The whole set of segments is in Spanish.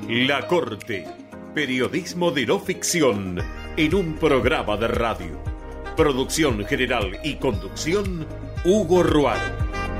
La Corte, periodismo de no ficción en un programa de radio. Producción general y conducción, Hugo Ruaro.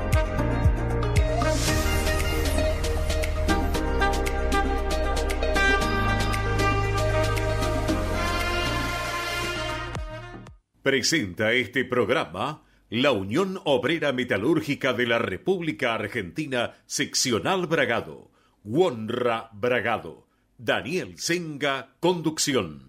Presenta este programa la Unión Obrera Metalúrgica de la República Argentina, Seccional Bragado. Wonra Bragado. Daniel Senga, conducción.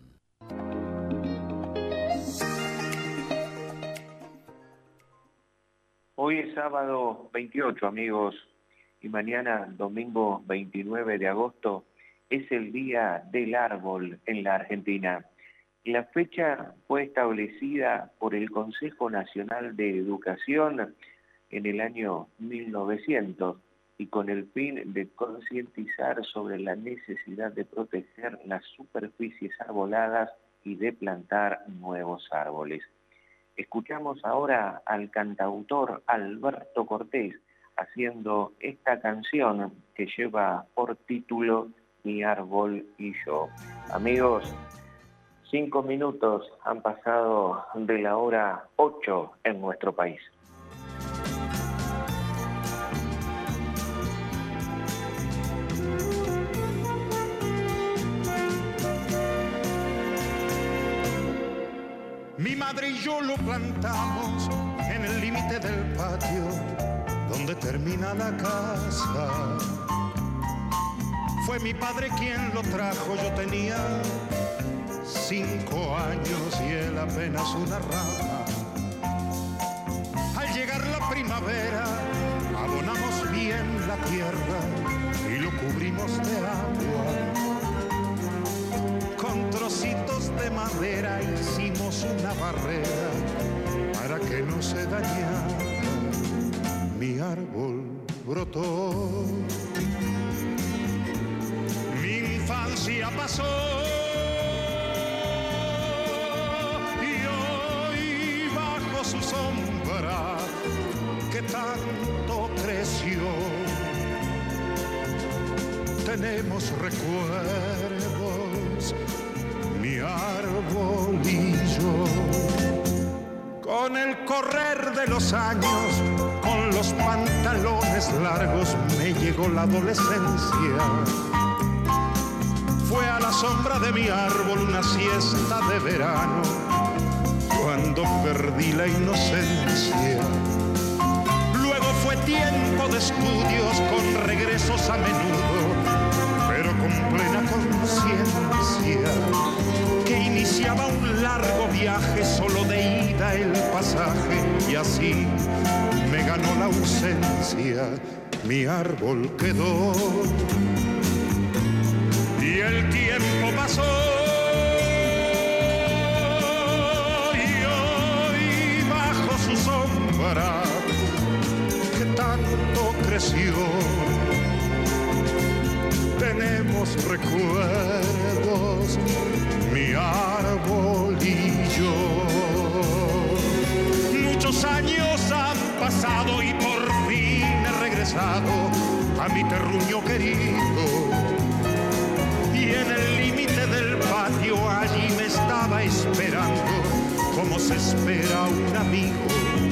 Hoy es sábado 28, amigos, y mañana, domingo 29 de agosto, es el Día del Árbol en la Argentina. La fecha fue establecida por el Consejo Nacional de Educación en el año 1900 y con el fin de concientizar sobre la necesidad de proteger las superficies arboladas y de plantar nuevos árboles. Escuchamos ahora al cantautor Alberto Cortés haciendo esta canción que lleva por título Mi árbol y yo. Amigos, 5 minutos han pasado de la hora 8 en nuestro país. Mi madre y yo lo plantamos en el límite del patio donde termina la casa. Fue mi padre quien lo trajo, yo tenía 5 años y él apenas una rama. Al llegar la primavera, abonamos bien la tierra y lo cubrimos de agua. Con trocitos de madera hicimos una barrera para que no se dañara. Mi árbol brotó, mi infancia pasó y hoy bajo su sombra que tanto creció tenemos recuerdos, mi árbol y yo. Con el correr de los años, con los pantalones largos, me llegó la adolescencia. Fue a la sombra de mi árbol una siesta de verano, cuando perdí la inocencia. Luego fue tiempo de estudios con regresos a menudo, pero con plena conciencia que iniciaba un largo viaje, solo de ida el pasaje, y así me ganó la ausencia. Mi árbol quedó y el tiempo pasó y hoy bajo su sombra que tanto creció tenemos recuerdos, mi árbol y yo. Muchos años han pasado y por fin he regresado a mi terruño querido. Y en el límite del patio allí me estaba esperando, como se espera un amigo.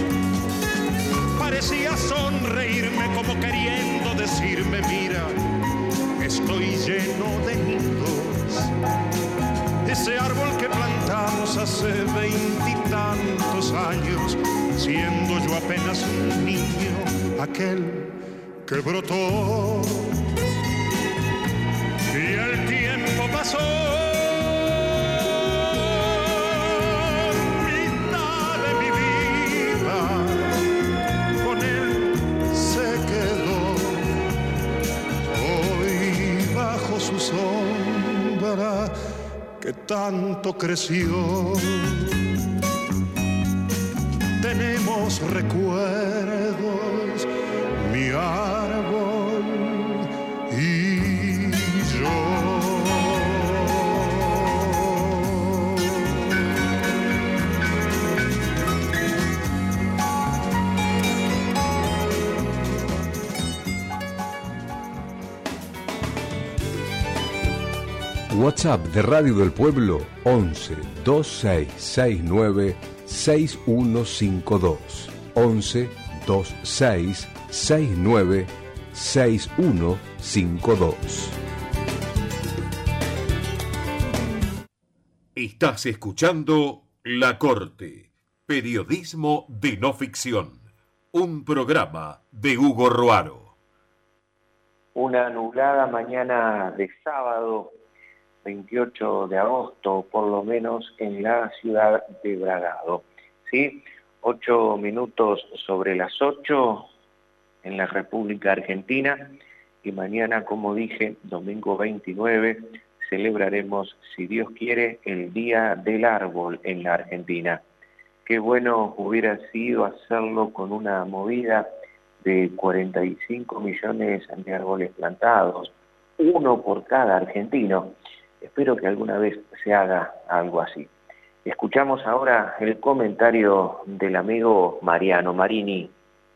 Parecía sonreírme como queriendo decirme, mira, estoy lleno de nidos. Ese árbol que plantamos hace 20 y tantos años, siendo yo apenas un niño, aquel que brotó. Y el tiempo pasó, mitad de mi vida con él se quedó. Hoy bajo su sombra que tanto creció tenemos recuerdos, mi árbol y yo. WhatsApp de Radio del Pueblo 11 2669 6152. 11 2669 6152. Estás escuchando La Corte, periodismo de no ficción, un programa de Hugo Roaro. Una nublada mañana de sábado, 28 de agosto, por lo menos en la ciudad de Bragado. ¿Sí? 8 minutos sobre las 8 en la República Argentina, y mañana, como dije, domingo 29, celebraremos, si Dios quiere, el Día del Árbol en la Argentina. Qué bueno hubiera sido hacerlo con una movida de 45 millones de árboles plantados, uno por cada argentino. Espero que alguna vez se haga algo así. Escuchamos ahora el comentario del amigo Mariano Marini.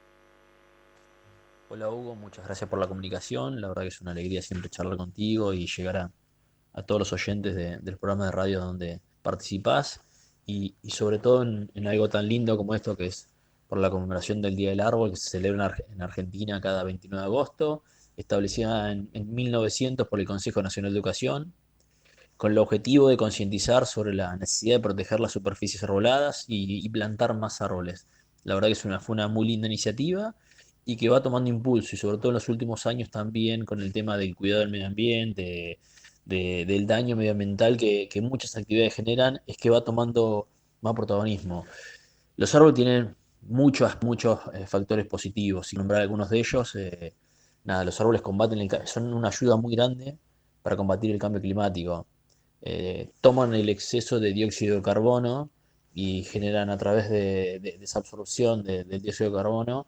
Hola Hugo, muchas gracias por la comunicación. La verdad que es una alegría siempre charlar contigo y llegar a todos los oyentes del programa de radio donde participás y sobre todo en algo tan lindo como esto, que es por la conmemoración del Día del Árbol, que se celebra en Argentina cada 29 de agosto, establecida en 1900 por el Consejo Nacional de Educación, con el objetivo de concientizar sobre la necesidad de proteger las superficies arboladas y plantar más árboles. La verdad que fue una muy linda iniciativa y que va tomando impulso, y sobre todo en los últimos años también con el tema del cuidado del medio ambiente, del daño medioambiental que muchas actividades generan, es que va tomando más protagonismo. Los árboles tienen muchos factores positivos. Sin nombrar algunos de ellos, los árboles son una ayuda muy grande para combatir el cambio climático. Toman el exceso de dióxido de carbono y generan, a través de esa absorción del dióxido de carbono,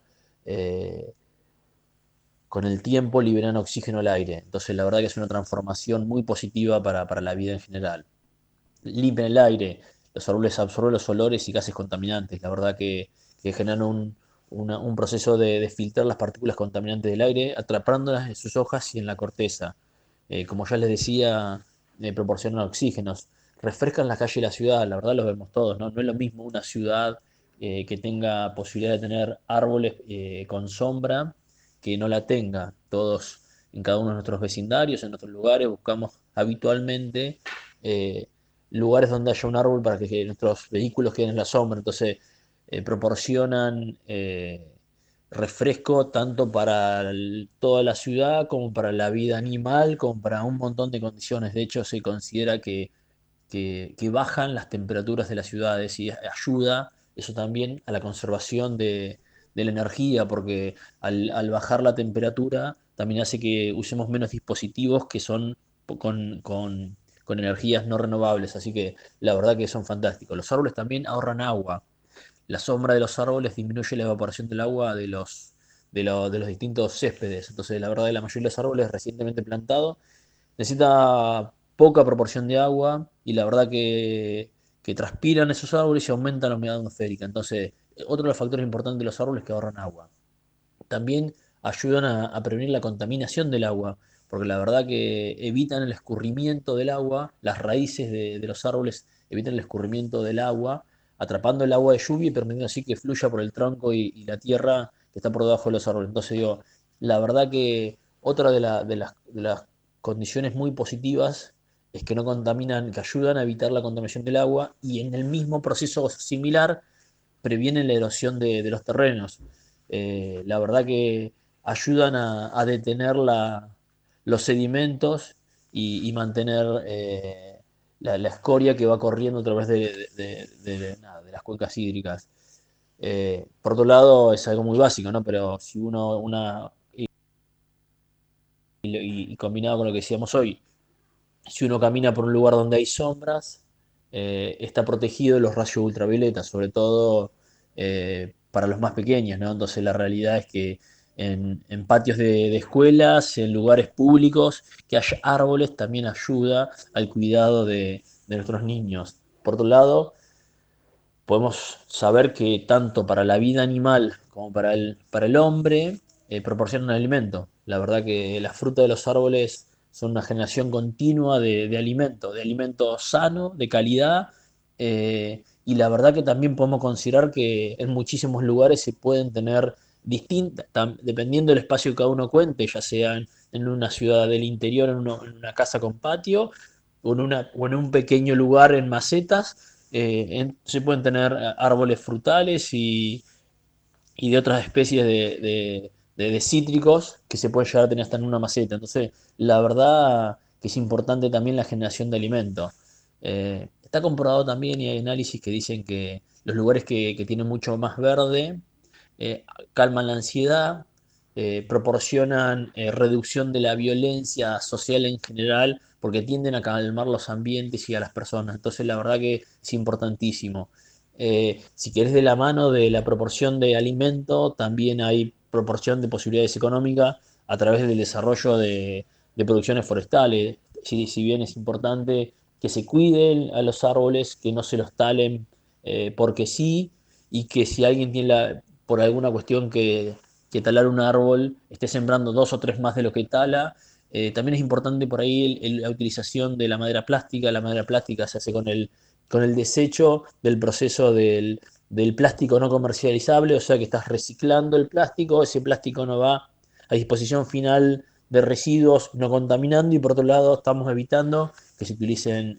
con el tiempo liberan oxígeno al aire. Entonces la verdad que es una transformación muy positiva para la vida en general. Limpian el aire, los árboles absorben los olores y gases contaminantes. La verdad que generan un proceso de filtrar las partículas contaminantes del aire, atrapándolas en sus hojas y en la corteza. Como ya les decía, proporcionan oxígenos, refrescan las calles de la ciudad. La verdad lo vemos todos, ¿no? No es lo mismo una ciudad que tenga posibilidad de tener árboles con sombra, que no la tenga. Todos, en cada uno de nuestros vecindarios, en nuestros lugares, buscamos habitualmente lugares donde haya un árbol para que nuestros vehículos queden en la sombra. Entonces proporcionan refresco tanto para toda la ciudad, como para la vida animal, como para un montón de condiciones. De hecho, se considera que bajan las temperaturas de las ciudades, y ayuda eso también a la conservación de la energía, porque al bajar la temperatura también hace que usemos menos dispositivos que son con energías no renovables. Así que la verdad que son fantásticos. Los árboles también ahorran agua. La sombra de los árboles disminuye la evaporación del agua de los distintos céspedes. Entonces la verdad que la mayoría de los árboles recientemente plantados necesita poca proporción de agua, y la verdad que transpiran esos árboles y aumentan la humedad atmosférica. Entonces, otro de los factores importantes de los árboles es que ahorran agua. También ayudan a prevenir la contaminación del agua, porque la verdad que evitan el escurrimiento del agua. Las raíces de los árboles evitan el escurrimiento del agua, atrapando el agua de lluvia y permitiendo así que fluya por el tronco y la tierra que está por debajo de los árboles. Entonces digo, la verdad que otra de las condiciones muy positivas es que no contaminan, que ayudan a evitar la contaminación del agua, y en el mismo proceso similar previenen la erosión de los terrenos. La verdad que ayudan a detener los sedimentos y mantener la escoria que va corriendo a través de las cuencas hídricas. Por otro lado, es algo muy básico, ¿no? Pero si y combinado con lo que decíamos hoy, si uno camina por un lugar donde hay sombras, está protegido de los rayos ultravioleta, sobre todo para los más pequeños, ¿no? Entonces la realidad es que en patios de escuelas, en lugares públicos, que haya árboles también ayuda al cuidado de nuestros niños. Por otro lado, podemos saber que tanto para la vida animal como para el hombre proporcionan alimento. La verdad que la fruta de los árboles son una generación continua de alimento sano, de calidad, y la verdad que también podemos considerar que en muchísimos lugares se pueden tener distintas, dependiendo del espacio que cada uno cuente, ya sea en una ciudad del interior, en una casa con patio, o en un pequeño lugar en macetas, se pueden tener árboles frutales y de otras especies de cítricos que se pueden llegar a tener hasta en una maceta. Entonces, la verdad que es importante también la generación de alimentos. Está comprobado también, y hay análisis que dicen que los lugares que tienen mucho más verde calman la ansiedad, proporcionan reducción de la violencia social en general, porque tienden a calmar los ambientes y a las personas. Entonces, la verdad que es importantísimo. Si querés, de la mano de la proporción de alimento, también hay proporción de posibilidades económicas a través del desarrollo de producciones forestales. Si bien es importante que se cuiden a los árboles, que no se los talen porque sí, y que si alguien tiene por alguna cuestión que talar un árbol, esté sembrando 2 o 3 más de lo que tala. También es importante por ahí la utilización de la madera plástica. La madera plástica se hace con el desecho del proceso del plástico no comercializable, o sea que estás reciclando el plástico, ese plástico no va a disposición final de residuos no contaminando, y por otro lado estamos evitando que se utilicen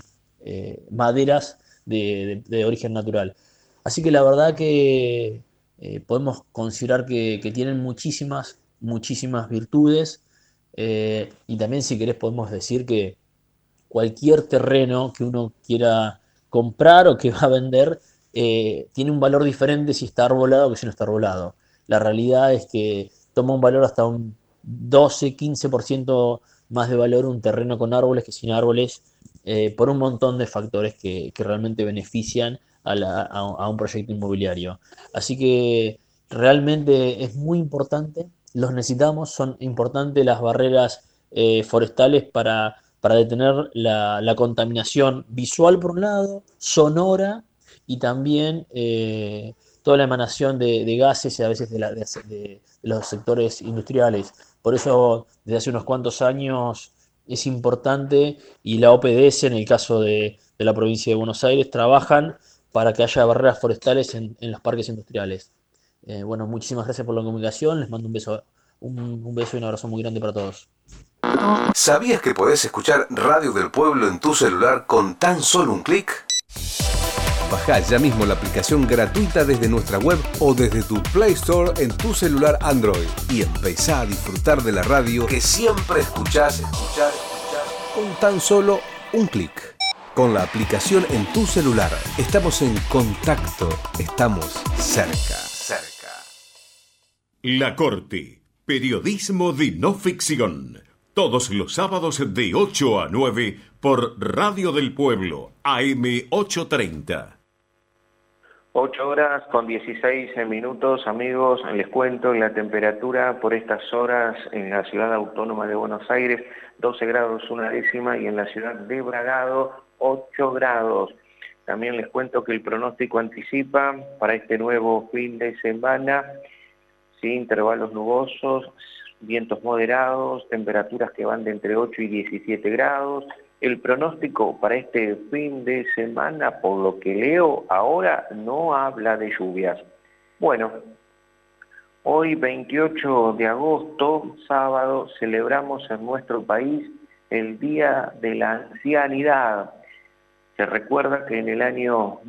maderas de origen natural. Así que la verdad que podemos considerar que tienen muchísimas virtudes, y también, si querés, podemos decir que cualquier terreno que uno quiera comprar o que va a vender tiene un valor diferente si está arbolado que si no está arbolado. La realidad es que toma un valor hasta un 12-15% más de valor un terreno con árboles que sin árboles, por un montón de factores que realmente benefician a un proyecto inmobiliario. Así que realmente es muy importante, los necesitamos, son importantes las barreras forestales para detener la contaminación visual por un lado, sonora, y también toda la emanación de gases y a veces de los sectores industriales. Por eso, desde hace unos cuantos años es importante, y la OPDS, en el caso de la provincia de Buenos Aires, trabajan para que haya barreras forestales en los parques industriales. Bueno, muchísimas gracias por la comunicación, les mando un beso y un abrazo muy grande para todos. ¿Sabías que podés escuchar Radio del Pueblo en tu celular con tan solo un clic? Bajá ya mismo la aplicación gratuita desde nuestra web o desde tu Play Store en tu celular Android y empezá a disfrutar de la radio que siempre escuchás con tan solo un clic. Con la aplicación en tu celular estamos en contacto, estamos cerca. La Corte, periodismo de no ficción. Todos los sábados de 8 a 9 por Radio del Pueblo, AM 830. 8 horas con 16 minutos, amigos. Les cuento la temperatura por estas horas en la ciudad autónoma de Buenos Aires, 12 grados 1 décima, y en la ciudad de Bragado, 8 grados. También les cuento que el pronóstico anticipa para este nuevo fin de semana, sí, intervalos nubosos, vientos moderados, temperaturas que van de entre 8 y 17 grados. El pronóstico para este fin de semana, por lo que leo ahora, no habla de lluvias. Bueno, hoy 28 de agosto, sábado, celebramos en nuestro país el Día de la Ancianidad. Se recuerda que en el año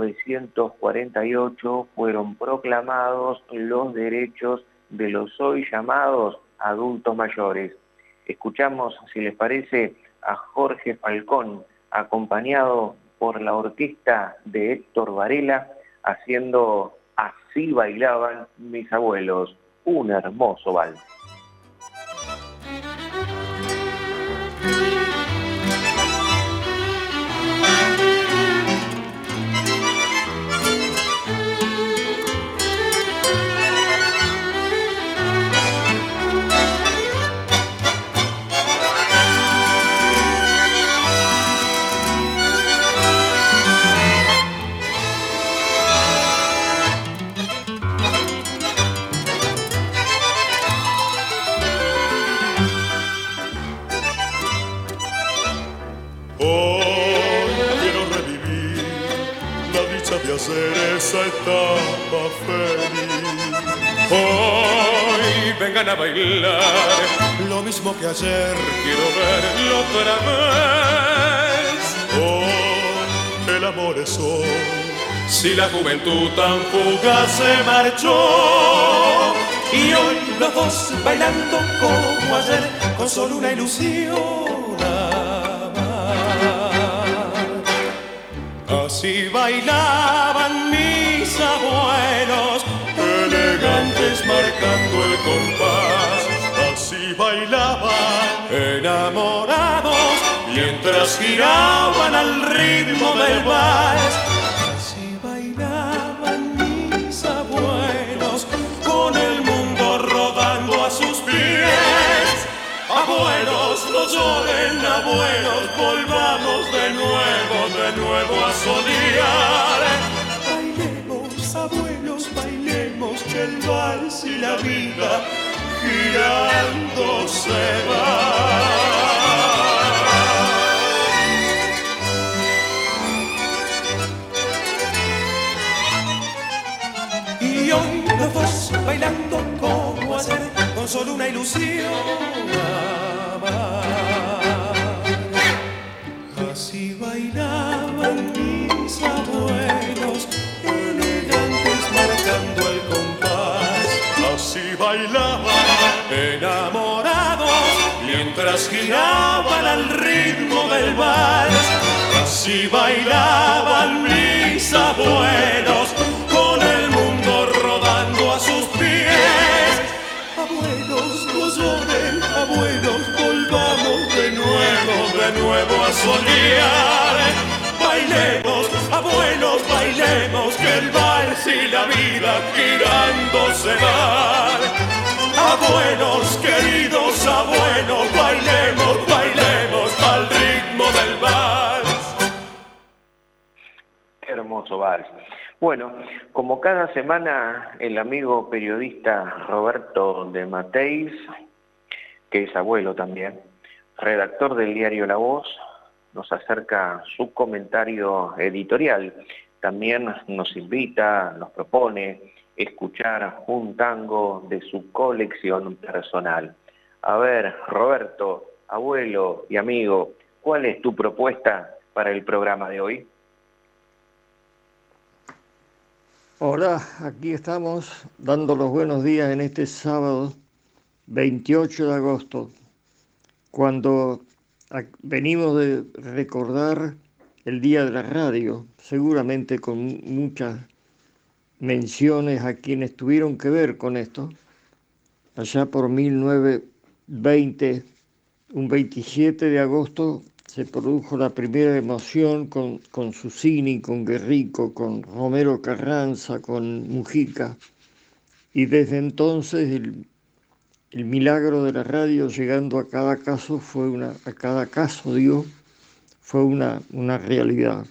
1948 fueron proclamados los derechos de los hoy llamados adultos mayores. Escuchamos, si les parece, a Jorge Falcón, acompañado por la orquesta de Héctor Varela, haciendo Así bailaban mis abuelos, un hermoso vals. estaba feliz. Hoy vengan a bailar lo mismo que ayer, quiero verlo otra vez. Oh, el amor es hoy, si la juventud tan fugaz se marchó. Y hoy los dos bailando como ayer, con solo una ilusión amar. Así bailaban mis abuelos, elegantes marcando el compás. Así bailaban enamorados, mientras giraban al ritmo del vals. Así bailaban mis abuelos, con el mundo rodando a sus pies. Abuelos, no lloren, abuelos, volvamos de nuevo a soñar. Bailemos, abuelos, bailemos, que el vals y la vida girando se va. Y hoy los dos bailando como ayer, con solo una ilusión amar. Así bailaban mis abuelos, elegantes marcando el compás. Así bailaban enamorados, mientras giraban al ritmo del vals. Así bailaban mis abuelos, con el mundo rodando a sus pies. Abuelos, no lloren, abuelos, volvamos de nuevo a soñar. Bailemos, abuelos, bailemos, que el vals y la vida girando se van. Abuelos, queridos abuelos, bailemos, bailemos al ritmo del vals. Qué hermoso vals. Bueno, como cada semana, el amigo periodista Roberto de Mateis, que es abuelo también, redactor del diario La Voz, nos acerca su comentario editorial. También nos invita, nos propone escuchar un tango de su colección personal. A ver, Roberto, abuelo y amigo, ¿cuál es tu propuesta para el programa de hoy? Hola, aquí estamos dando los buenos días en este sábado 28 de agosto, cuando venimos de recordar el Día de la Radio, seguramente con muchas menciones a quienes tuvieron que ver con esto. Allá por 1920, un 27 de agosto, se produjo la primera emoción con Susini, con Guerrico, con Romero Carranza, con Mujica. Y desde entonces el milagro de la radio llegando a cada caso fue una realidad.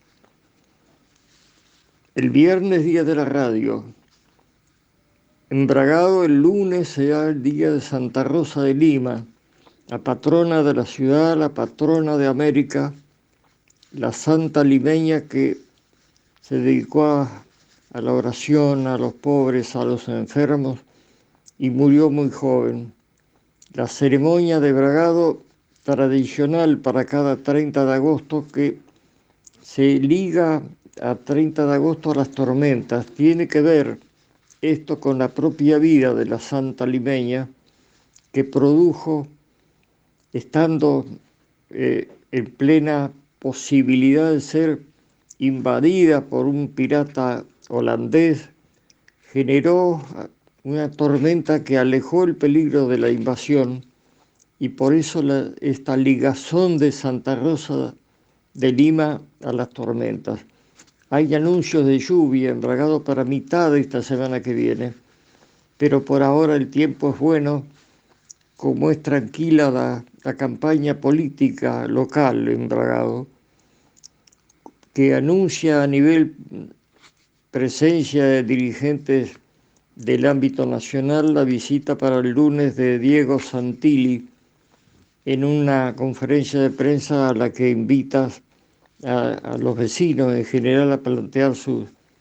El viernes, Día de la Radio. En Bragado el lunes será el Día de Santa Rosa de Lima, la patrona de la ciudad, la patrona de América, la santa limeña que se dedicó a la oración, a los pobres, a los enfermos, y murió muy joven. La ceremonia de Bragado, tradicional para cada 30 de agosto, que se liga a 30 de agosto a las tormentas, tiene que ver esto con la propia vida de la santa limeña, que produjo, estando en plena posibilidad de ser invadida por un pirata holandés, generó una tormenta que alejó el peligro de la invasión, y por eso esta ligazón de Santa Rosa de Lima a las tormentas. Hay anuncios de lluvia en Bragado para mitad de esta semana que viene, pero por ahora el tiempo es bueno, como es tranquila la campaña política local en Bragado, que anuncia a nivel presencia de dirigentes del ámbito nacional la visita para el lunes de Diego Santilli en una conferencia de prensa a la que invitas a los vecinos en general a plantear sus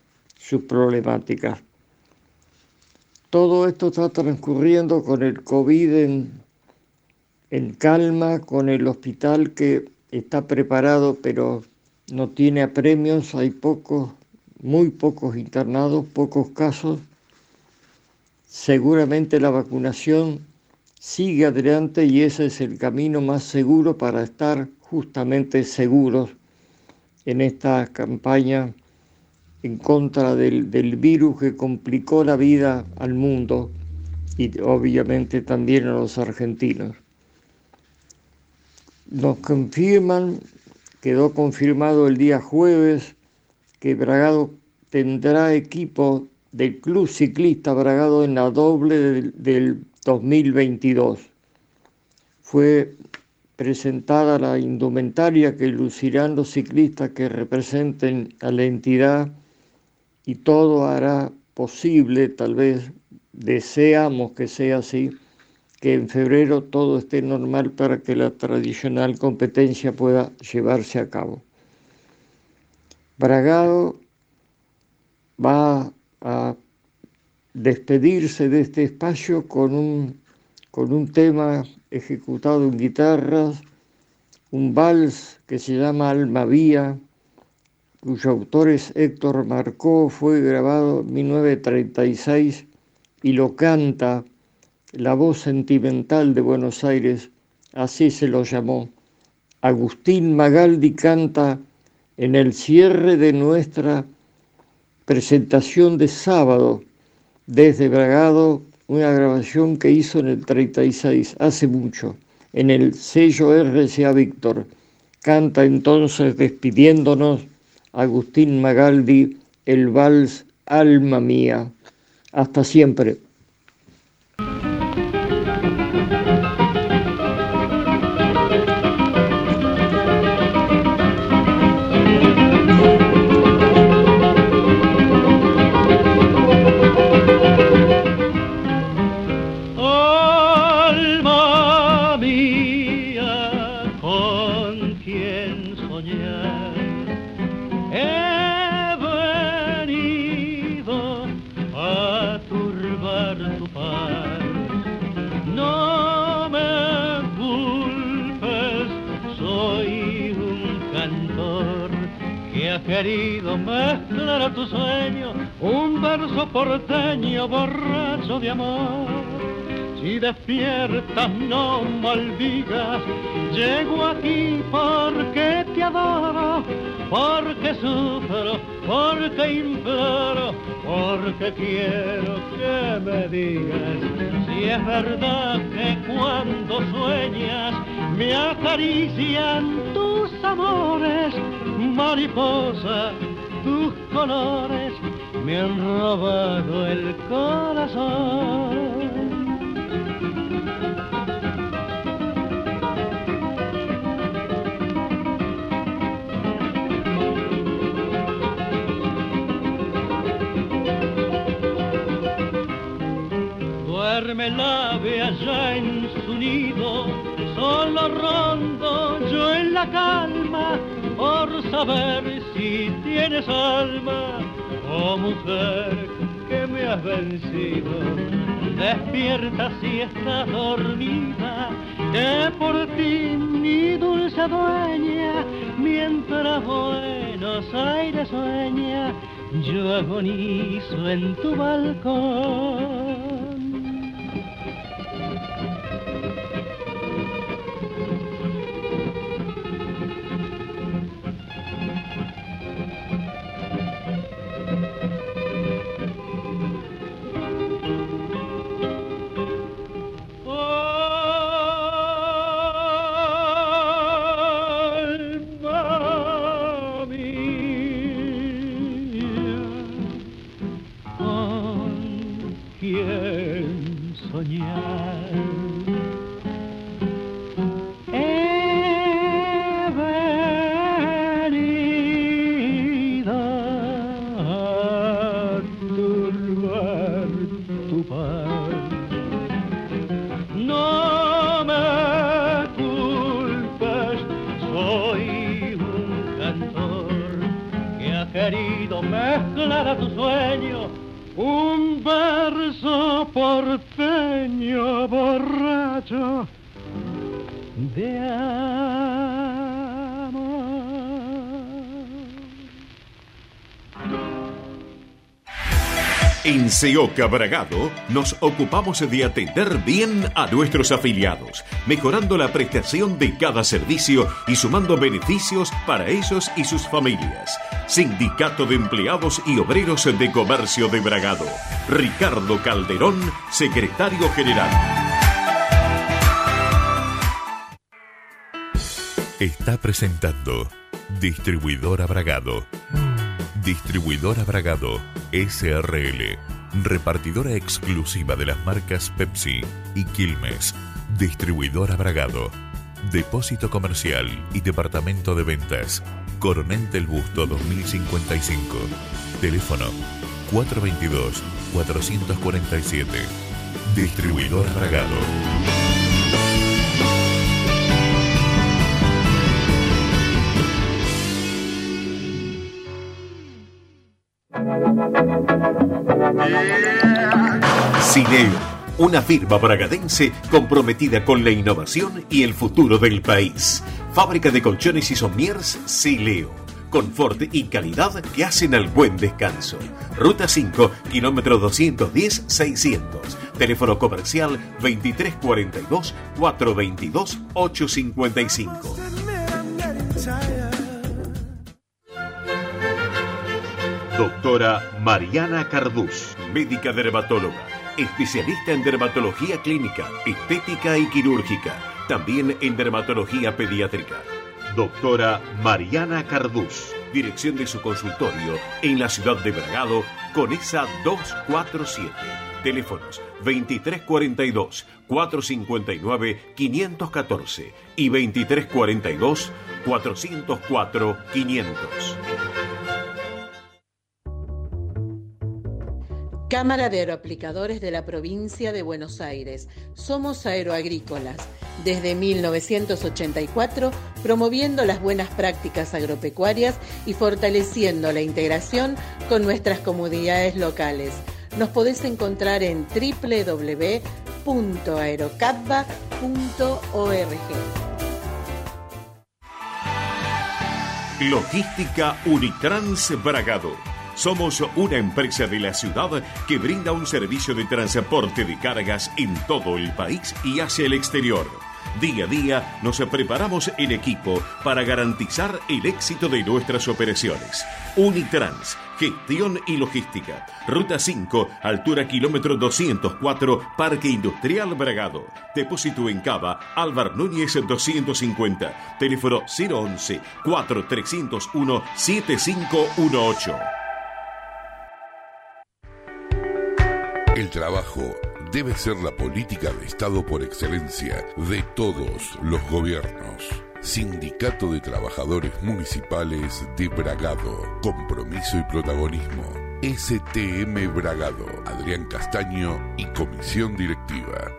sus problemáticas. Todo esto está transcurriendo con el COVID en calma, con el hospital que está preparado pero no tiene apremios, hay muy pocos internados, pocos casos. Seguramente la vacunación sigue adelante y ese es el camino más seguro para estar justamente seguros en esta campaña en contra del virus que complicó la vida al mundo y obviamente también a los argentinos. Nos confirman, quedó confirmado el día jueves, que Bragado tendrá equipo del Club Ciclista Bragado en la doble del 2022. Fue presentada la indumentaria que lucirán los ciclistas que representen a la entidad y todo hará posible, tal vez deseamos que sea así, que en febrero todo esté normal para que la tradicional competencia pueda llevarse a cabo. Bragado va a despedirse de este espacio con un tema ejecutado en guitarras, un vals que se llama Alma Vía, cuyo autor es Héctor Marcó, fue grabado en 1936 y lo canta la voz sentimental de Buenos Aires, así se lo llamó. Agustín Magaldi canta en el cierre de nuestra presentación de sábado desde Bragado, una grabación que hizo en el 36, hace mucho, en el sello RCA Víctor. Canta entonces, despidiéndonos, Agustín Magaldi, el vals Alma Mía. Hasta siempre. Querido mezclar a tu sueño un verso porteño borracho de amor. Si despiertas no maldigas, llego aquí porque te adoro, porque sufro, porque imploro, porque quiero que me digas si es verdad que cuando sueñas me acarician tus amores. Mariposa, tus colores me han robado el corazón. Duerme el ave allá en su nido, solo rondo yo en la calma, por saber si tienes alma, oh mujer que me has vencido. Despierta si estás dormida, que por ti mi dulce dueña, mientras Buenos Aires sueña, yo agonizo en tu balcón. Querido mezclar a tu sueño un verso porteño borracho de amor. En CEOCA Bragado nos ocupamos de atender bien a nuestros afiliados, mejorando la prestación de cada servicio y sumando beneficios para ellos y sus familias. Sindicato de Empleados y Obreros de Comercio de Bragado. Ricardo Calderón, secretario general. Está presentando Distribuidora Bragado. Distribuidora Bragado, SRL, repartidora exclusiva de las marcas Pepsi y Quilmes. Distribuidora Bragado, depósito comercial y departamento de ventas. Coronel del Busto 2055. Teléfono 422-447. Distribuidora Bragado. Sileo, una firma bragadense comprometida con la innovación y el futuro del país. Fábrica de colchones y sommiers Sileo. Confort y calidad que hacen al buen descanso. Ruta 5, kilómetro 210-600. Teléfono comercial 2342-422-855. Doctora Mariana Cardús, médica dermatóloga, especialista en dermatología clínica, estética y quirúrgica, también en dermatología pediátrica. Doctora Mariana Cardús, dirección de su consultorio en la ciudad de Bragado, Conesa 247. Teléfonos 2342-459-514 y 2342-404-500. Cámara de Aeroaplicadores de la Provincia de Buenos Aires. Somos aeroagrícolas. Desde 1984, promoviendo las buenas prácticas agropecuarias y fortaleciendo la integración con nuestras comunidades locales. Nos podés encontrar en www.aerocapva.org. Logística Unitrans Bragado. Somos una empresa de la ciudad que brinda un servicio de transporte de cargas en todo el país y hacia el exterior. Día a día nos preparamos en equipo para garantizar el éxito de nuestras operaciones. Unitrans, gestión y logística. Ruta 5, altura kilómetro 204, Parque Industrial Bragado. Depósito en Cava, Álvar Núñez 250. Teléfono 011-4301-7518. El trabajo debe ser la política de Estado por excelencia de todos los gobiernos. Sindicato de Trabajadores Municipales de Bragado. Compromiso y protagonismo. STM Bragado. Adrián Castaño y Comisión Directiva.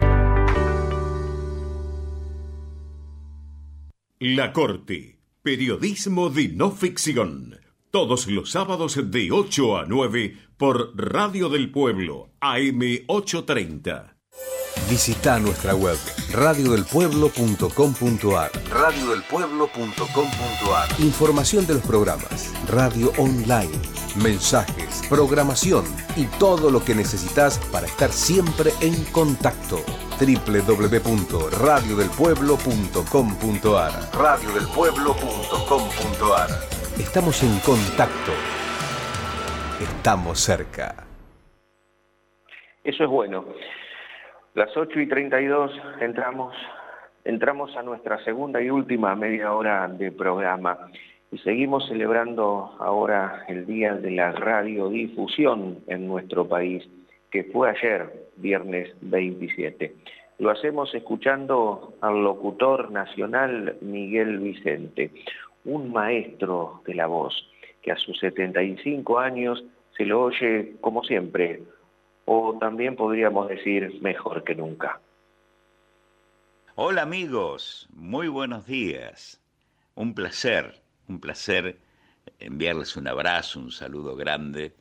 La Corte. Periodismo de no ficción. Todos los sábados de 8 a 9 por Radio del Pueblo, AM 830. Visita nuestra web radiodelpueblo.com.ar. radiodelpueblo.com.ar. Información de los programas, radio online, mensajes, programación y todo lo que necesitas para estar siempre en contacto. www.radiodelpueblo.com.ar. radiodelpueblo.com.ar. Estamos en contacto. Estamos cerca. Eso es bueno. Las 8:32 entramos a nuestra segunda y última media hora de programa y seguimos celebrando ahora el Día de la Radiodifusión en nuestro país, que fue ayer, viernes 27. Lo hacemos escuchando al locutor nacional Miguel Vicente, un maestro de la voz, que a sus 75 años se lo oye como siempre, o también podríamos decir mejor que nunca. Hola amigos, muy buenos días. Un placer enviarles un abrazo, un saludo grande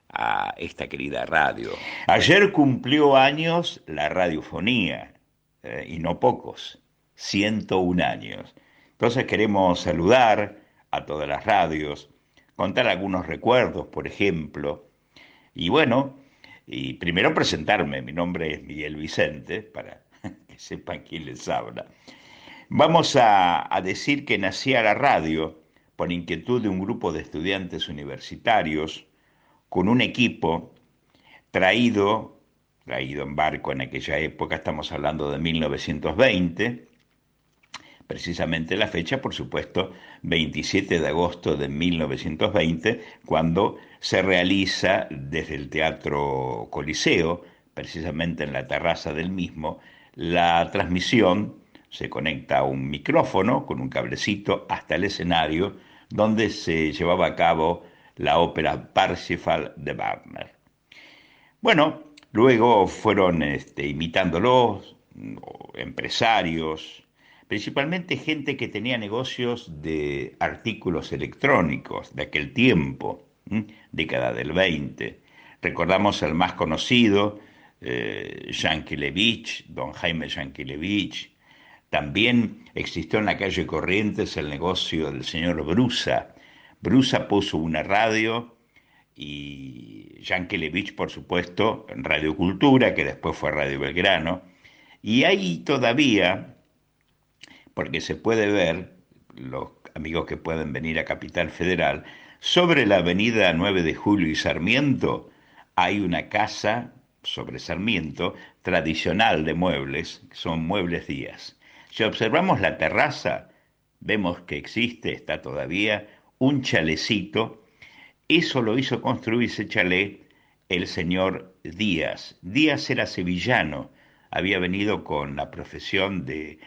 a esta querida radio. Ayer cumplió años la radiofonía, y no pocos, 101 años. Entonces queremos saludar a todas las radios, contar algunos recuerdos, por ejemplo, y bueno, y primero presentarme. Mi nombre es Miguel Vicente, para que sepan quién les habla. Vamos a decir que nací a la radio por inquietud de un grupo de estudiantes universitarios con un equipo traído en barco en aquella época, estamos hablando de 1920, precisamente la fecha, por supuesto, 27 de agosto de 1920, cuando se realiza desde el Teatro Coliseo, precisamente en la terraza del mismo, la transmisión. Se conecta a un micrófono con un cablecito hasta el escenario donde se llevaba a cabo la ópera Parsifal de Wagner. Bueno, luego fueron imitándolos empresarios, principalmente gente que tenía negocios de artículos electrónicos de aquel tiempo, década del 20. Recordamos al más conocido, Yankelevich, don Jaime Yankelevich. También existió en la calle Corrientes el negocio del señor Brusa. Brusa puso una radio y Yankelevich, por supuesto, Radio Cultura, que después fue Radio Belgrano. Y ahí todavía, porque se puede ver, los amigos que pueden venir a Capital Federal, sobre la avenida 9 de Julio y Sarmiento, hay una casa sobre Sarmiento tradicional de muebles, que son Muebles Díaz. Si observamos la terraza, vemos que está todavía un chalecito. Eso lo hizo construir ese chalet el señor Díaz. Díaz era sevillano, había venido con la profesión de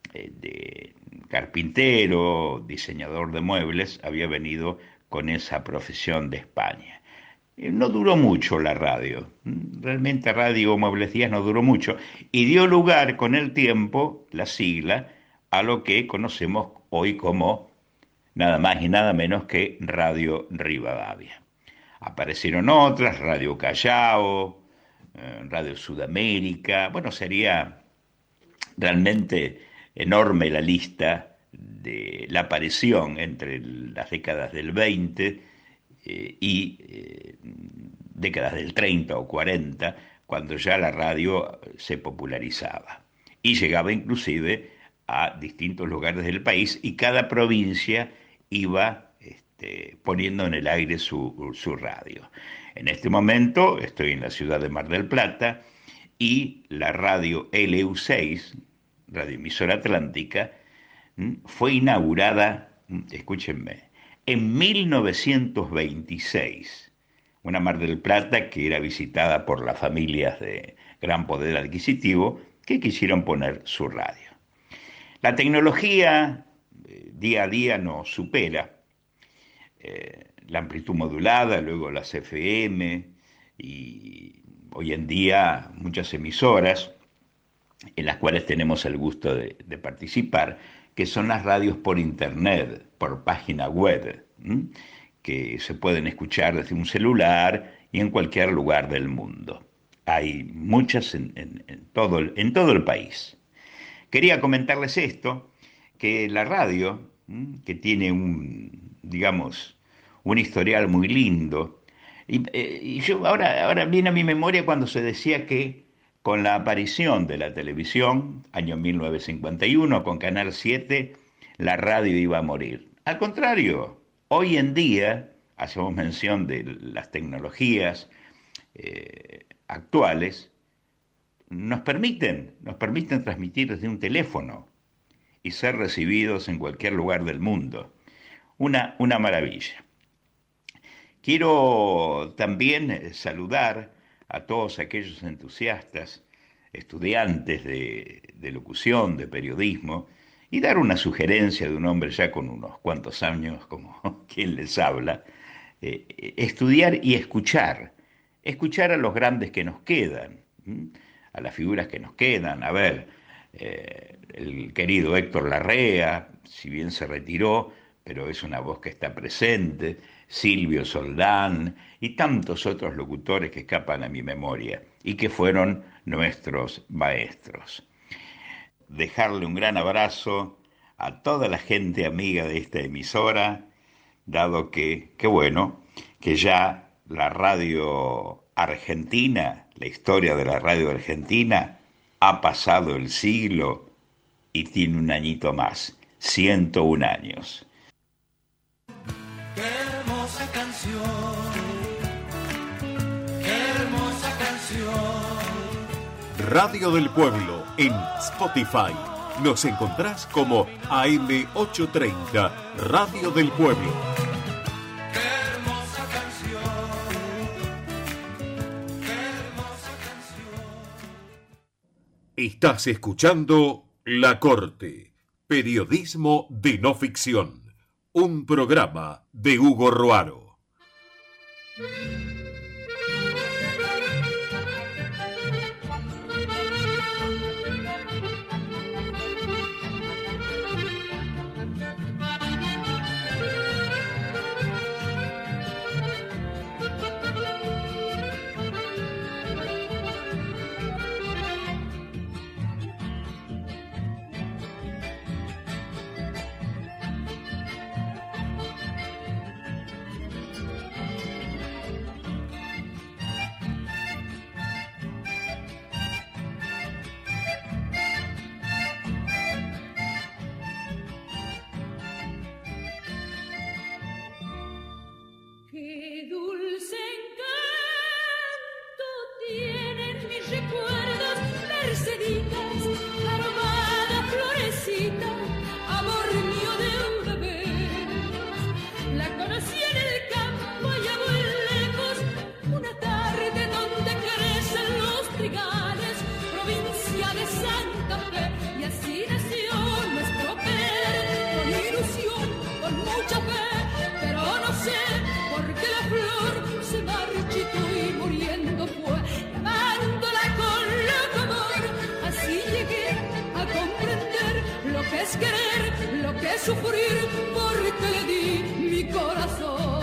carpintero, diseñador de muebles, había venido con esa profesión de España. No duró mucho la radio, realmente Radio Muebles Díaz no duró mucho, y dio lugar con el tiempo, la sigla, a lo que conocemos hoy como nada más y nada menos que Radio Rivadavia. Aparecieron otras, Radio Callao, Radio Sudamérica. Bueno, sería realmente enorme la lista de la aparición entre las décadas del 20 y décadas del 30 o 40, cuando ya la radio se popularizaba y llegaba inclusive a distintos lugares del país, y cada provincia iba poniendo en el aire su radio. En este momento estoy en la ciudad de Mar del Plata, y la radio LU6, radioemisora atlántica, fue inaugurada, escúchenme, en 1926, una Mar del Plata que era visitada por las familias de gran poder adquisitivo que quisieron poner su radio. La tecnología día a día nos supera. La amplitud modulada, luego las FM, y hoy en día muchas emisoras en las cuales tenemos el gusto de participar, que son las radios por internet, por página web, que se pueden escuchar desde un celular y en cualquier lugar del mundo. Hay muchas en todo el país. Quería comentarles esto, que la radio, que tiene un historial muy lindo, y yo ahora viene a mi memoria cuando se decía que con la aparición de la televisión, año 1951, con Canal 7, la radio iba a morir. Al contrario, hoy en día, hacemos mención de las tecnologías actuales, nos permiten transmitir desde un teléfono y ser recibidos en cualquier lugar del mundo. Una maravilla. Quiero también saludar a todos aquellos entusiastas, estudiantes de locución, de periodismo, y dar una sugerencia de un hombre ya con unos cuantos años, como quien les habla, estudiar y escuchar a los grandes que nos quedan, a las figuras que nos quedan. A ver, el querido Héctor Larrea, si bien se retiró, pero es una voz que está presente. Silvio Soldán y tantos otros locutores que escapan a mi memoria y que fueron nuestros maestros. Dejarle un gran abrazo a toda la gente amiga de esta emisora, dado que, qué bueno, que ya la radio argentina, la historia de la radio argentina, ha pasado el siglo y tiene un añito más, 101 años. Qué hermosa canción, qué hermosa canción. Radio del Pueblo en Spotify. Nos encontrás como AM830, Radio del Pueblo. Qué hermosa canción, qué hermosa canción. Estás escuchando La Corte, periodismo de no ficción. Un programa de Hugo Roaro. Qué dulce encanto tienen mis recuerdos, Merceditas, aromada florecita, amor mío de un bebé. La conocí en el campo y a muy lejos, una tarde donde crecen los trigales, provincia de Santa Fe, y así nació nuestro querer, con ilusión, con mucha fe, pero no sé porque la flor se marchitó y muriendo fue, amándola con loco amor. Así llegué a comprender lo que es querer, lo que es sufrir, porque le di mi corazón.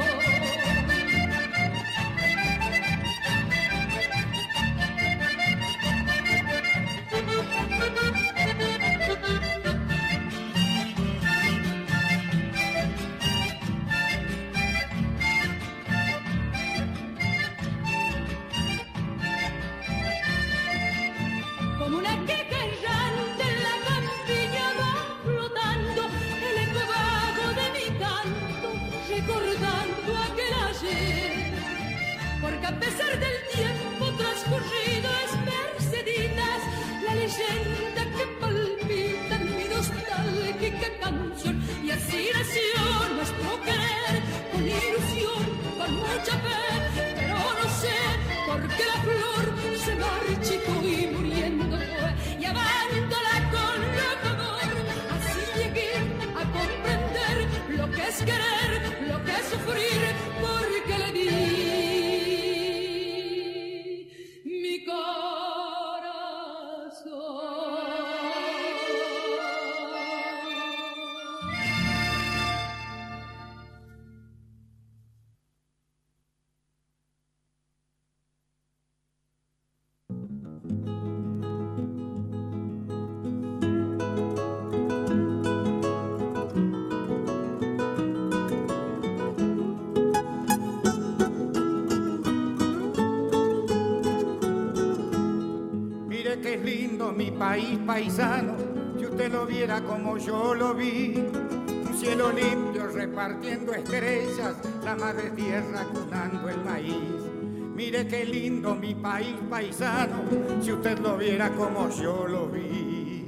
Como una queja errante en la campiña va flotando el eco vago de mi canto, recordando aquel ayer. Porque a pesar del tiempo transcurrido es Merceditas la leyenda que palpita en mi nostálgica canción. Y así nació nuestro querer, con ilusión, con mucha fe, pero no sé por qué la flor se marchitó y muriendo fue, y amándola con loco amor. Así llegué a comprender lo que es querer, lo que es sufrir, porque le di mi Mire que es lindo mi país paisano, si usted lo viera como yo lo vi. Un cielo limpio repartiendo estrellas, la madre tierra cunando el maíz. Mire qué lindo mi país paisano, si usted lo viera como yo lo vi.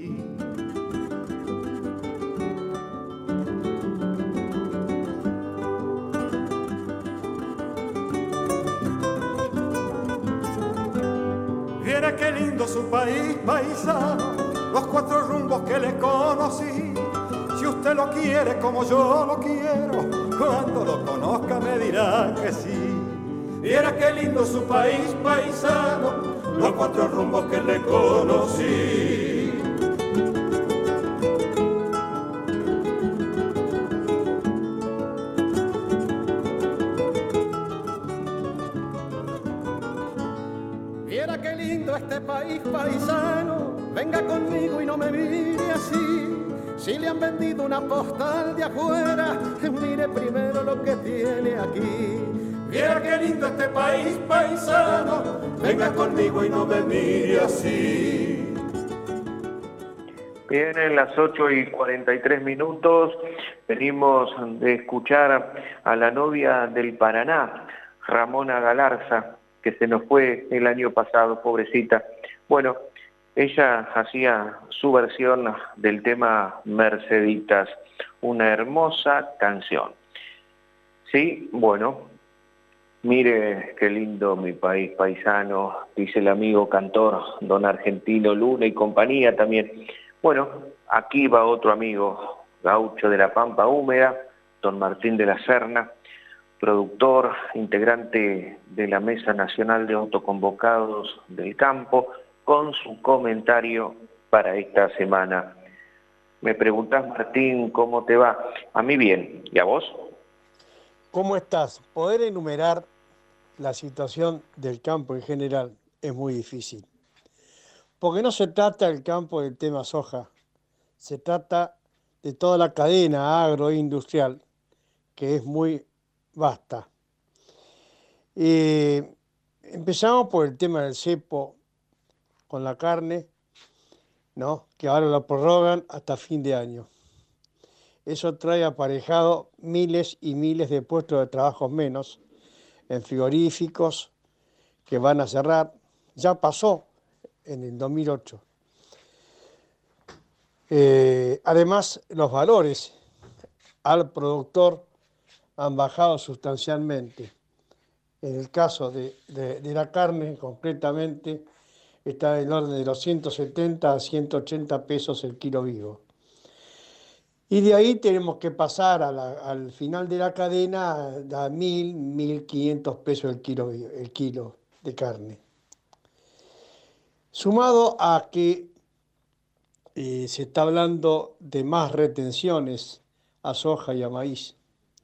Viera qué lindo su país paisano, los cuatro rumbos que le conocí. Si usted lo quiere como yo lo quiero, cuando lo conozca me dirá que sí. Viera qué lindo su país paisano, los cuatro rumbos que le conocí. qué lindo este país paisano, venga conmigo y no me mire así. Si le han vendido una postal de afuera, mire primero lo que tiene aquí. Viera qué lindo este país paisano, venga conmigo y no me mire así. Vienen las 8:43. Venimos de escuchar a la novia del Paraná, Ramona Galarza, que se nos fue el año pasado, pobrecita. Bueno, ella hacía su versión del tema Merceditas, una hermosa canción. Sí, bueno, mire qué lindo mi país paisano, dice el amigo cantor don Argentino Luna y compañía también. Bueno, aquí va otro amigo, gaucho de la Pampa Húmeda, don Martín de la Serna, productor, integrante de la Mesa Nacional de Autoconvocados del Campo, con su comentario para esta semana. Me preguntás, Martín, ¿cómo te va? A mí bien, ¿y a vos? ¿Cómo estás? Poder enumerar la situación del campo en general es muy difícil. Porque no se trata del campo del tema soja, se trata de toda la cadena agroindustrial, que es muy vasta. Empezamos por el tema del cepo con la carne, ¿no? Que ahora lo prorrogan hasta fin de año. Eso trae aparejado miles y miles de puestos de trabajo menos en frigoríficos que van a cerrar. Ya pasó en el 2008. Además, los valores al productor han bajado sustancialmente. En el caso de la carne, concretamente, está en el orden de los 170 a 180 pesos el kilo vivo. Y de ahí tenemos que pasar al final de la cadena a 1.000, 1.500 pesos el kilo de carne. Sumado a que se está hablando de más retenciones a soja y a maíz,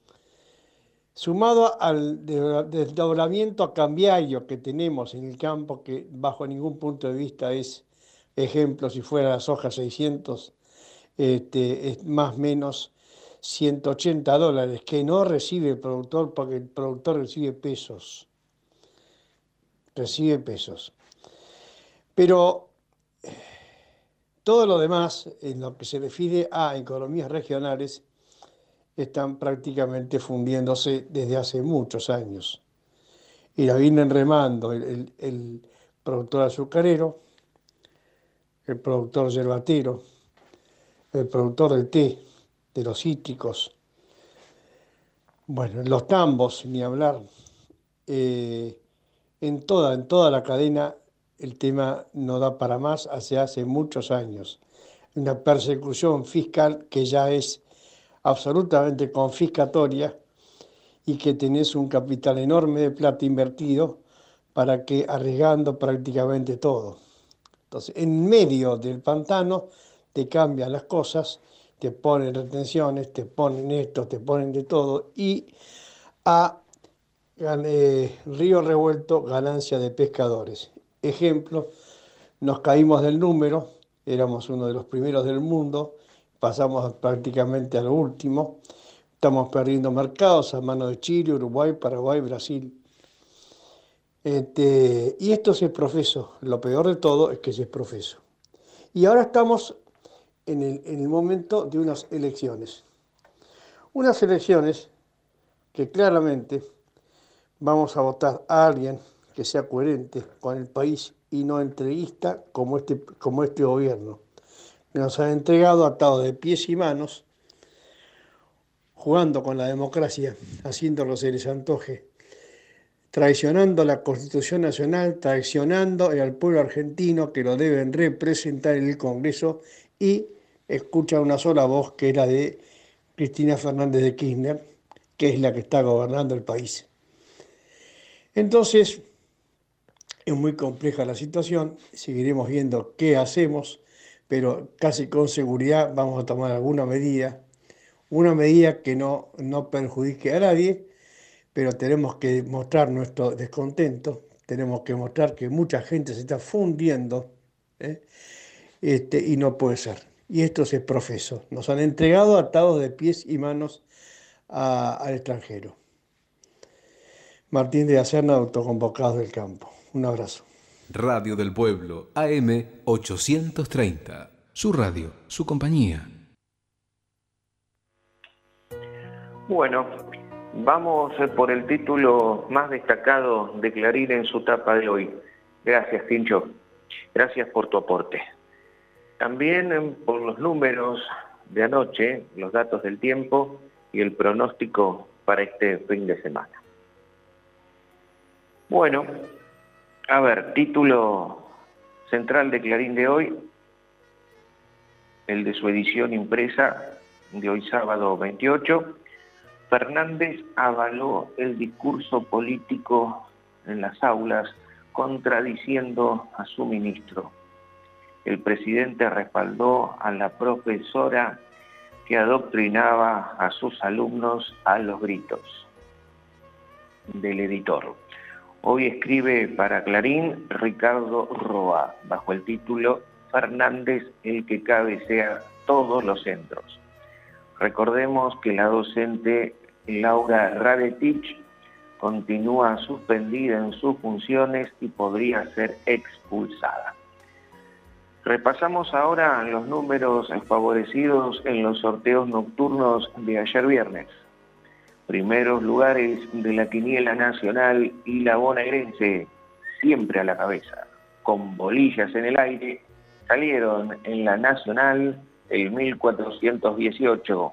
sumado al desdoblamiento cambiario que tenemos en el campo, que bajo ningún punto de vista es ejemplo, si fuera la soja 600, es más o menos $180, que no recibe el productor, porque el productor recibe pesos. Pero todo lo demás, en lo que se refiere a economías regionales, están prácticamente fundiéndose desde hace muchos años. Y la vienen remando el productor azucarero, el productor yerbatero, el productor del té, de los cítricos, bueno, los tambos, ni hablar. En toda la cadena el tema no da para más hace muchos años. Una persecución fiscal que ya es absolutamente confiscatoria y que tenés un capital enorme de plata invertido para que arriesgando prácticamente todo. Entonces, en medio del pantano te cambian las cosas, te ponen retenciones, te ponen esto, te ponen de todo y a río revuelto, ganancia de pescadores. Ejemplo, nos caímos del número, éramos uno de los primeros del mundo, pasamos prácticamente a lo último, estamos perdiendo mercados a mano de Chile, Uruguay, Paraguay, Brasil. Y esto se profeso, lo peor de todo es que se profeso. Y ahora estamos en el momento de unas elecciones que claramente vamos a votar a alguien que sea coherente con el país y no entreguista como este gobierno, que nos ha entregado atados de pies y manos, jugando con la democracia, haciendo lo que se les antoje, traicionando la Constitución Nacional, traicionando al pueblo argentino que lo deben representar en el Congreso y escucha una sola voz, que es la de Cristina Fernández de Kirchner, que es la que está gobernando el país. Entonces, es muy compleja la situación, seguiremos viendo qué hacemos, pero casi con seguridad vamos a tomar alguna medida, una medida que no perjudique a nadie, pero tenemos que mostrar nuestro descontento tenemos que mostrar que mucha gente se está fundiendo, y no puede ser. Y esto es profeso. Nos han entregado atados de pies y manos al extranjero. Martín de la Serna, Autoconvocados del Campo. Un abrazo. Radio del Pueblo, AM 830. Su radio, su compañía. Bueno, vamos por el título más destacado de Clarín en su tapa de hoy. Gracias, Tincho. Gracias por tu aporte. También por los números de anoche, los datos del tiempo y el pronóstico para este fin de semana. Bueno, a ver, título central de Clarín de hoy, el de su edición impresa de hoy sábado 28. Fernández avaló el discurso político en las aulas, contradiciendo a su ministro. El presidente respaldó a la profesora que adoctrinaba a sus alumnos a los gritos. Del editor. Hoy escribe para Clarín Ricardo Roa, bajo el título Fernández, el que cabecea todos los centros. Recordemos que la docente Laura Radetich continúa suspendida en sus funciones y podría ser expulsada. Repasamos ahora los números favorecidos en los sorteos nocturnos de ayer viernes. Primeros lugares de la quiniela nacional y la bonaerense, siempre a la cabeza. Con bolillas en el aire, salieron en la nacional el 1418,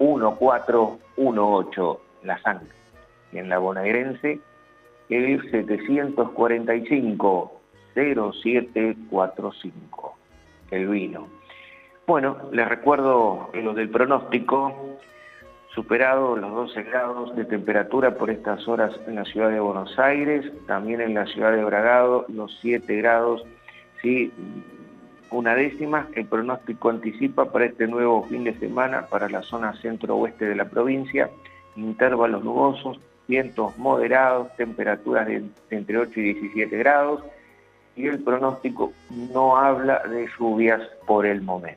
1418, la sangre. Y en la bonaerense, el 745, 0745, el vino. Bueno, les recuerdo lo del pronóstico. Superado los 12 grados de temperatura por estas horas en la ciudad de Buenos Aires, también en la ciudad de Bragado, los 7 grados, sí, una décima. El pronóstico anticipa para este nuevo fin de semana para la zona centro-oeste de la provincia, intervalos nubosos, vientos moderados, temperaturas de entre 8 y 17 grados, y el pronóstico no habla de lluvias por el momento.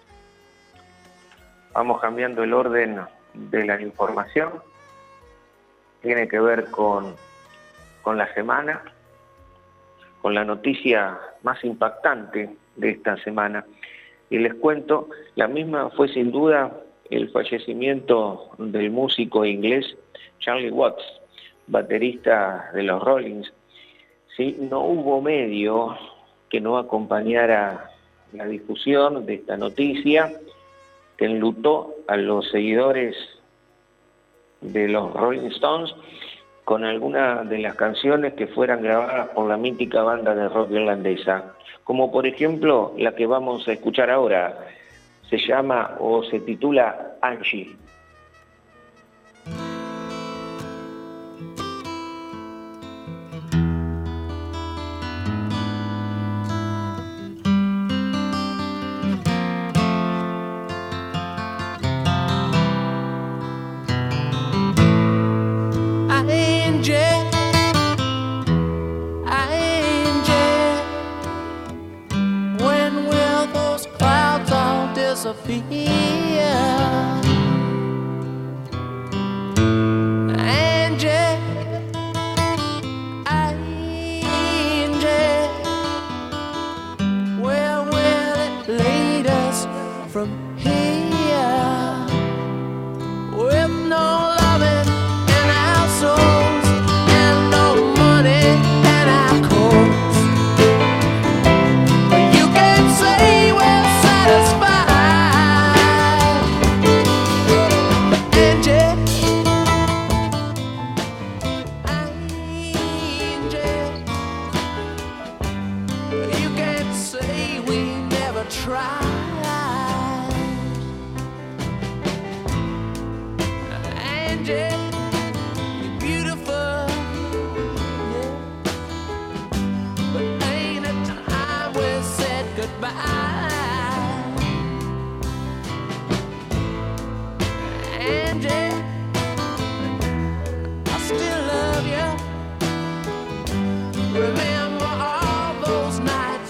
Vamos cambiando el orden de la información. Tiene que ver con la semana, con la noticia más impactante de esta semana. Y les cuento, la misma fue sin duda el fallecimiento del músico inglés Charlie Watts, baterista de los Rollins. ¿Sí? No hubo medio que no acompañara la difusión de esta noticia, que enlutó a los seguidores de los Rolling Stones con algunas de las canciones que fueran grabadas por la mítica banda de rock irlandesa, como por ejemplo la que vamos a escuchar ahora, se llama o se titula Angie.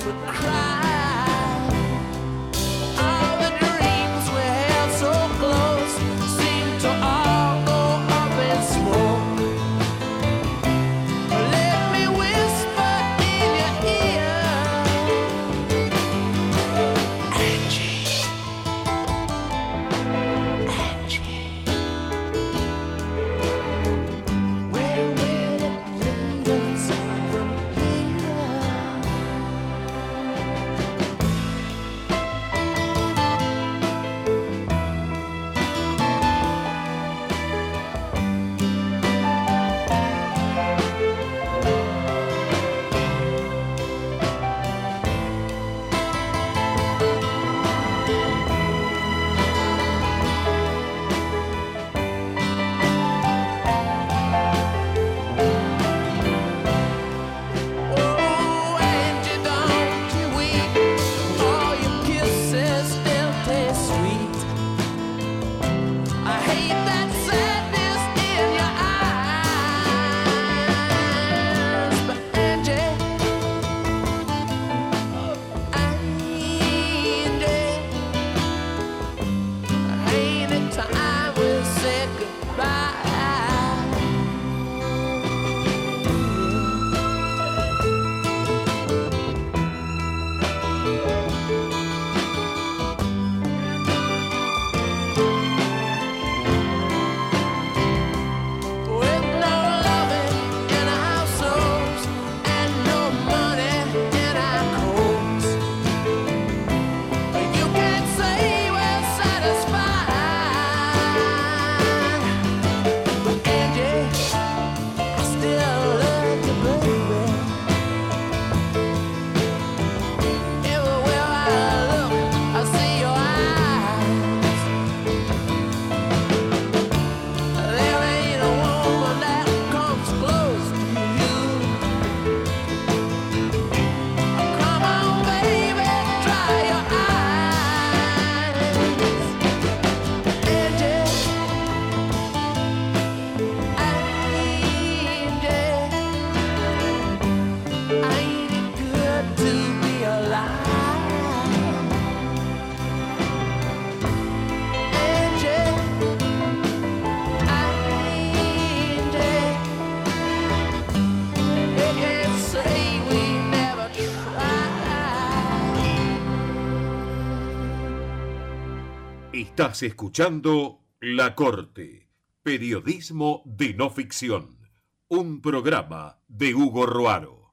Estás escuchando La Corte, periodismo de no ficción, un programa de Hugo Roaro.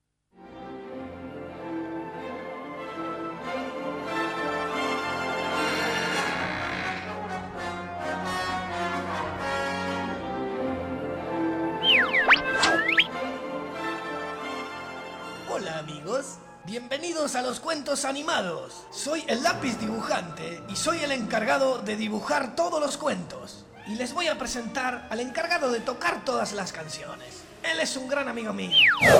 Hola amigos, bienvenidos a los cuentos animados. Soy el lápiz dibujante y soy el encargado de dibujar todos los cuentos. Y les voy a presentar al encargado de tocar todas las canciones. Él es un gran amigo mío.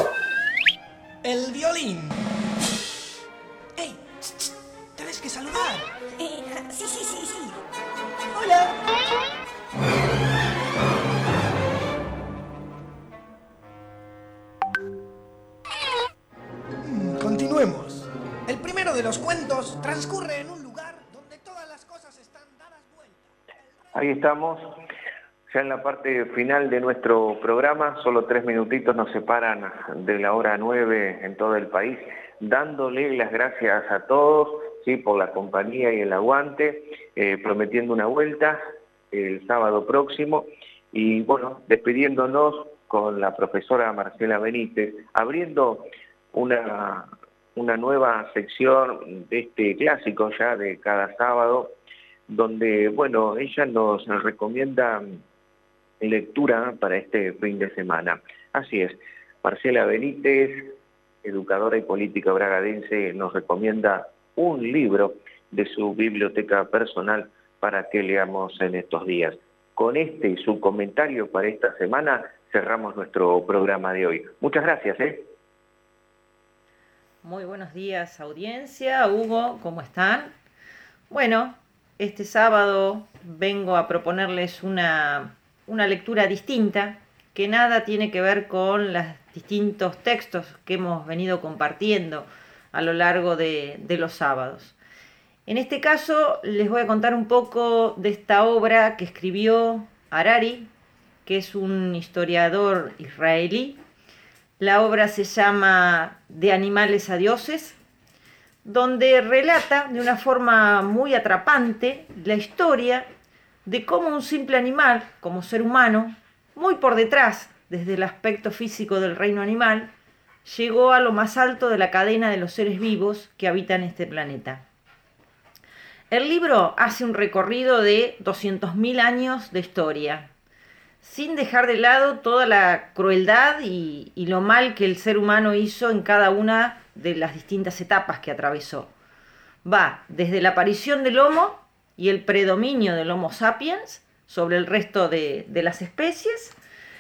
El violín. ¡Ey! ¡Tenés que saludar! Sí. ¡Hola! Continuemos. El primero de los cuentos transcurre en un lugar donde todas las cosas están dadas vuelta. Ahí estamos, ya en la parte final de nuestro programa, solo 3 minutitos nos separan de la hora 9 en todo el país, dándole las gracias a todos, ¿sí?, por la compañía y el aguante, prometiendo una vuelta el sábado próximo, y bueno, despidiéndonos con la profesora Marcela Benítez, abriendo una nueva sección de este clásico ya de cada sábado, donde, bueno, ella nos recomienda lectura para este fin de semana. Así es, Marcela Benítez, educadora y política bragadense, nos recomienda un libro de su biblioteca personal para que leamos en estos días. Con este y su comentario para esta semana cerramos nuestro programa de hoy. Muchas gracias. Muy buenos días, audiencia. Hugo, ¿cómo están? Bueno, este sábado vengo a proponerles una lectura distinta, que nada tiene que ver con los distintos textos que hemos venido compartiendo a lo largo de los sábados. En este caso les voy a contar un poco de esta obra que escribió Harari, que es un historiador israelí. La obra se llama De animales a dioses, donde relata de una forma muy atrapante la historia de cómo un simple animal, como ser humano, muy por detrás, desde el aspecto físico del reino animal, llegó a lo más alto de la cadena de los seres vivos que habitan este planeta. El libro hace un recorrido de 200.000 años de historia, sin dejar de lado toda la crueldad y lo mal que el ser humano hizo en cada una de las distintas etapas que atravesó. Va desde la aparición del Homo y el predominio del Homo sapiens sobre el resto de las especies,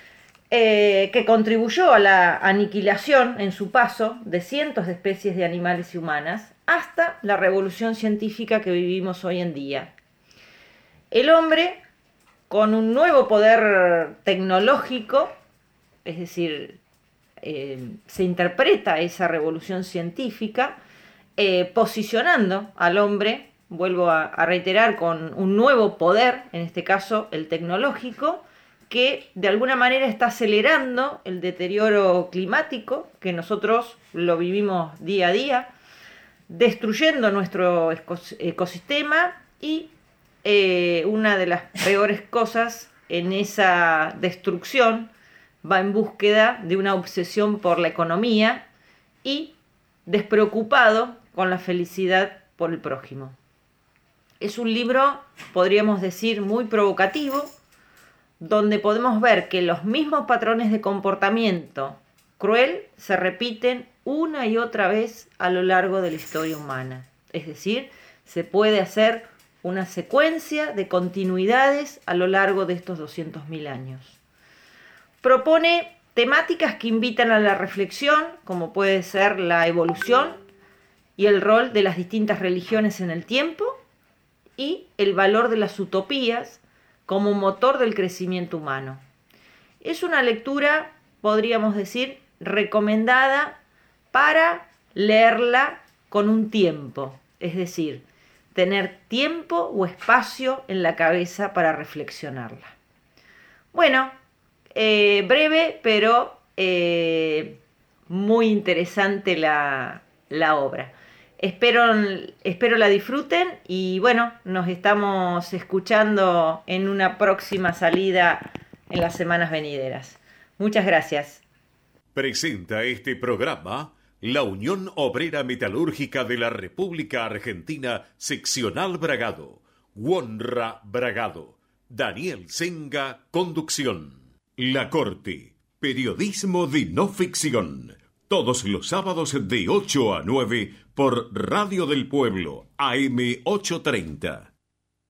que contribuyó a la aniquilación en su paso de cientos de especies de animales y humanas, hasta la revolución científica que vivimos hoy en día. El hombre, con un nuevo poder tecnológico, es decir, se interpreta esa revolución científica, posicionando al hombre, vuelvo a reiterar, con un nuevo poder, en este caso el tecnológico, que de alguna manera está acelerando el deterioro climático, que nosotros lo vivimos día a día, destruyendo nuestro ecosistema y una de las peores cosas en esa destrucción va en búsqueda de una obsesión por la economía y despreocupado con la felicidad por el prójimo. Es un libro, podríamos decir, muy provocativo, donde podemos ver que los mismos patrones de comportamiento cruel se repiten una y otra vez a lo largo de la historia humana. Es decir, se puede hacer una secuencia de continuidades a lo largo de estos 200.000 años. Propone temáticas que invitan a la reflexión, como puede ser la evolución y el rol de las distintas religiones en el tiempo, y el valor de las utopías como motor del crecimiento humano. Es una lectura, podríamos decir, recomendada para leerla con un tiempo, es decir, tener tiempo o espacio en la cabeza para reflexionarla. Bueno, breve, pero muy interesante la obra. Espero la disfruten y bueno, nos estamos escuchando en una próxima salida en las semanas venideras. Muchas gracias. Presenta este programa la Unión Obrera Metalúrgica de la República Argentina, Seccional Bragado. Wonra Bragado. Daniel Senga, conducción. La Corte, periodismo de no ficción. Todos los sábados de 8 a 9 por Radio del Pueblo, AM 830.